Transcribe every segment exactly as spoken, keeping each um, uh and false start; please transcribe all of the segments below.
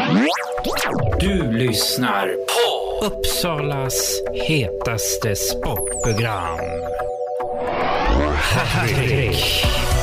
Du lyssnar på Uppsalas hetaste sportprogram. Hattrick.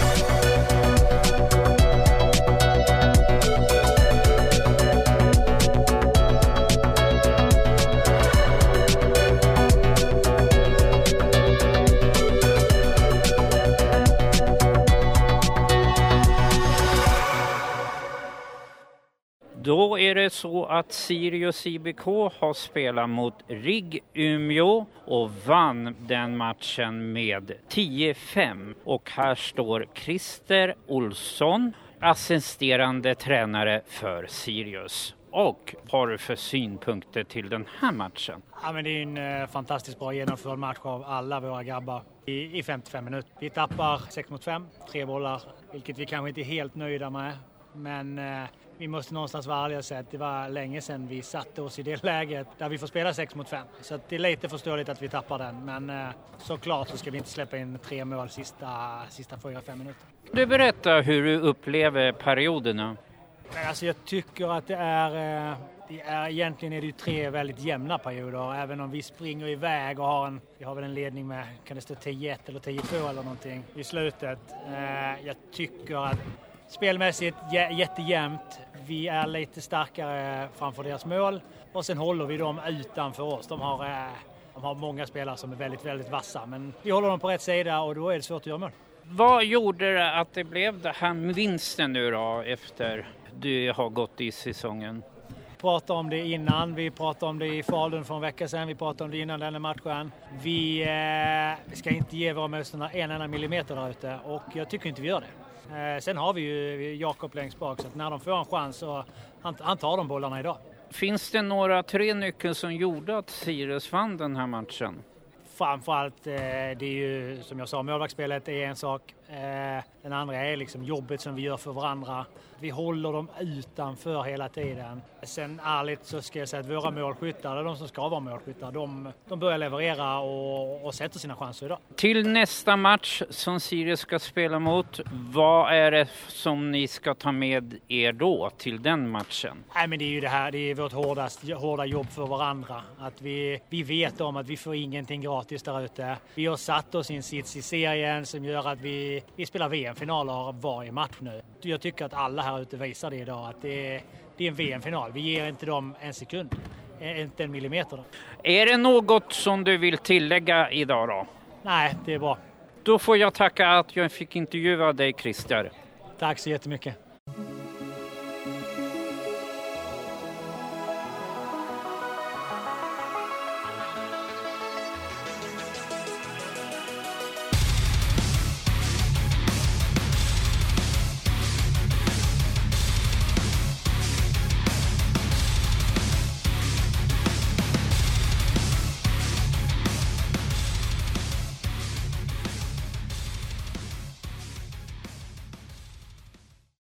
Då är det så att Sirius I B K har spelat mot RIG Umeå och vann den matchen med tio fem. Och här står Christer Olsson, assisterande tränare för Sirius. Och vad har du för synpunkter till den här matchen? Ja, men det är en eh, fantastiskt bra genomförd match av alla våra grabbar i, i femtiofem minuter. Vi tappar sex mot fem, tre bollar, vilket vi kanske inte är helt nöjda med. Men eh, vi måste någonstans vara ärliga och säga att det var länge sedan vi satte oss i det läget där vi får spela sex mot fem. Så att det är lite förståeligt att vi tappar den. Men eh, såklart så ska vi inte släppa in tre mål sista, sista fyra fem minuter. Du berättar hur du upplever perioderna. Men alltså jag tycker att det är, eh, det är... Egentligen är det ju tre väldigt jämna perioder. Även om vi springer iväg och har en... Vi har väl en ledning med, kan det stå tio ett eller tio två eller någonting i slutet. Eh, jag tycker att spelmässigt j- jättejämnt. Vi är lite starkare framför deras mål. Och sen håller vi dem utanför oss. De har, eh, de har många spelare som är väldigt, väldigt vassa. Men vi håller dem på rätt sida och då är det svårt att göra mål. Vad gjorde det att det blev det här vinsten nu då efter du har gått i säsongen? Vi pratade om det innan. Vi pratade om det i Falun för en vecka sedan. Vi pratade om det innan den matchen. Vi eh, ska inte ge våra motståndare en enda millimeter där ute. Och jag tycker inte vi gör det. Eh, sen har vi ju Jakob längst bak, så att när de får en chans så han, han tar de bollarna idag. Finns det några tre nyckeln som gjorde att Sirius vann den här matchen? Framförallt, eh, det är ju som jag sa, målvaktsspelet är en sak. Eh, den andra är liksom jobbet som vi gör för varandra. Vi håller dem utanför hela tiden. Sen ärligt så ska jag säga att våra målskyttar, de som ska vara målskyttar, de, de börjar leverera och, och sätter sina chanser idag. Till nästa match som Sirius ska spela mot, vad är det som ni ska ta med er då till den matchen? Nej, men det är ju det här, det är vårt hårdast, hårda jobb för varandra. Att vi, vi vet om att vi får ingenting gratis där ute. Vi har satt oss i en sits i serien som gör att vi, vi spelar V M-finaler varje match nu. Jag tycker att alla här ute visar det idag, att det är, det är en V M-final. Vi ger inte dem en sekund, inte en millimeter. Då. Är det något som du vill tillägga idag då? Nej, det är bra. Då får jag tacka att jag fick intervjua dig, Christer. Tack så jättemycket.